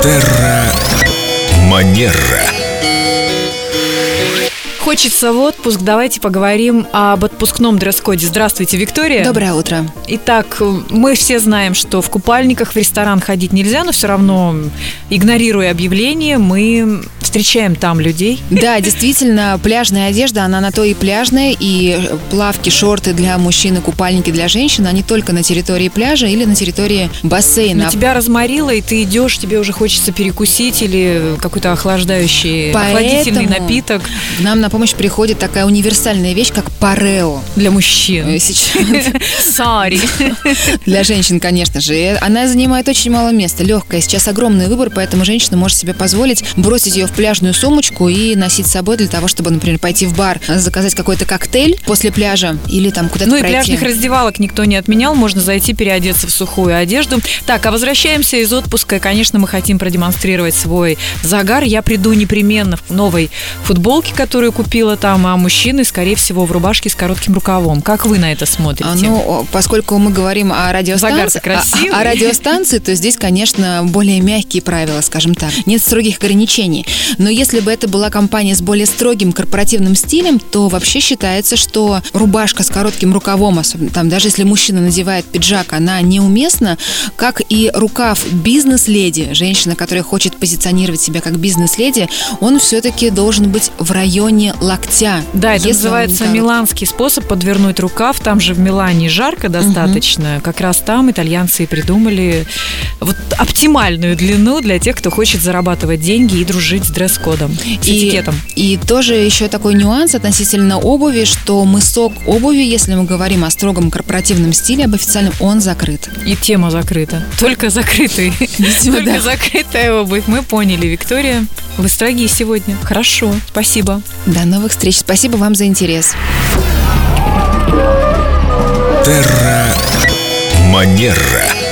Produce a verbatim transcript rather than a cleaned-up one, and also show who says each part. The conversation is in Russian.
Speaker 1: Терра Манера.
Speaker 2: Хочется в отпуск. Давайте поговорим об отпускном дресс-коде. Здравствуйте, Виктория.
Speaker 3: Доброе утро.
Speaker 2: Итак, мы все знаем, что в купальниках в ресторан ходить нельзя, но все равно, игнорируя объявление, мы встречаем там людей.
Speaker 3: Да, действительно, пляжная одежда, она на то и пляжная, и плавки, шорты для мужчин и купальники для женщин, они только на территории пляжа или на территории бассейна.
Speaker 2: Но тебя разморило, и ты идешь, тебе уже хочется перекусить или какой-то охлаждающий,
Speaker 3: Поэтому
Speaker 2: охладительный напиток.
Speaker 3: К нам на помощь приходит такая универсальная вещь, как парео.
Speaker 2: Для мужчин.
Speaker 3: Сори. Для женщин, конечно же. Она занимает очень мало места, легкая. Сейчас огромный выбор, поэтому женщина может себе позволить бросить ее в пляжную сумочку и носить с собой для того, чтобы, например, пойти в бар, заказать какой-то коктейль после пляжа или там куда-то
Speaker 2: Ну и
Speaker 3: пройти.
Speaker 2: пляжных раздевалок никто не отменял, можно зайти переодеться в сухую одежду. Так, а возвращаемся из отпуска, и, конечно, мы хотим продемонстрировать свой загар. Я приду непременно в новой футболке, которую купила там, а мужчины, скорее всего, в рубашке с коротким рукавом. Как вы на это смотрите?
Speaker 3: А, ну, поскольку мы говорим о радиостанции, о, о радиостанции, то здесь, конечно, более мягкие правила, скажем так. Нет строгих ограничений. Но если бы это была компания с более строгим корпоративным стилем, то вообще считается, что рубашка с коротким рукавом, особенно там, даже если мужчина надевает пиджак, она неуместна, как и рукав бизнес-леди, женщина, которая хочет позиционировать себя как бизнес-леди, он все-таки должен быть в районе локтя.
Speaker 2: Да, это называется миланский способ подвернуть рукав. Там же в Милане жарко достаточно. Угу. Как раз там итальянцы и придумали вот оптимальную длину для тех, кто хочет зарабатывать деньги и дружить с дресс-кодом, с
Speaker 3: и,
Speaker 2: этикетом.
Speaker 3: И тоже еще такой нюанс относительно обуви, что мысок обуви, если мы говорим о строгом корпоративном стиле, об официальном, он закрыт.
Speaker 2: И тема закрыта. Только закрытый. Только закрытая обувь. Мы поняли, Виктория. Вы строгие сегодня. Хорошо, спасибо.
Speaker 3: До новых встреч. Спасибо вам за интерес.
Speaker 1: Терра Манера.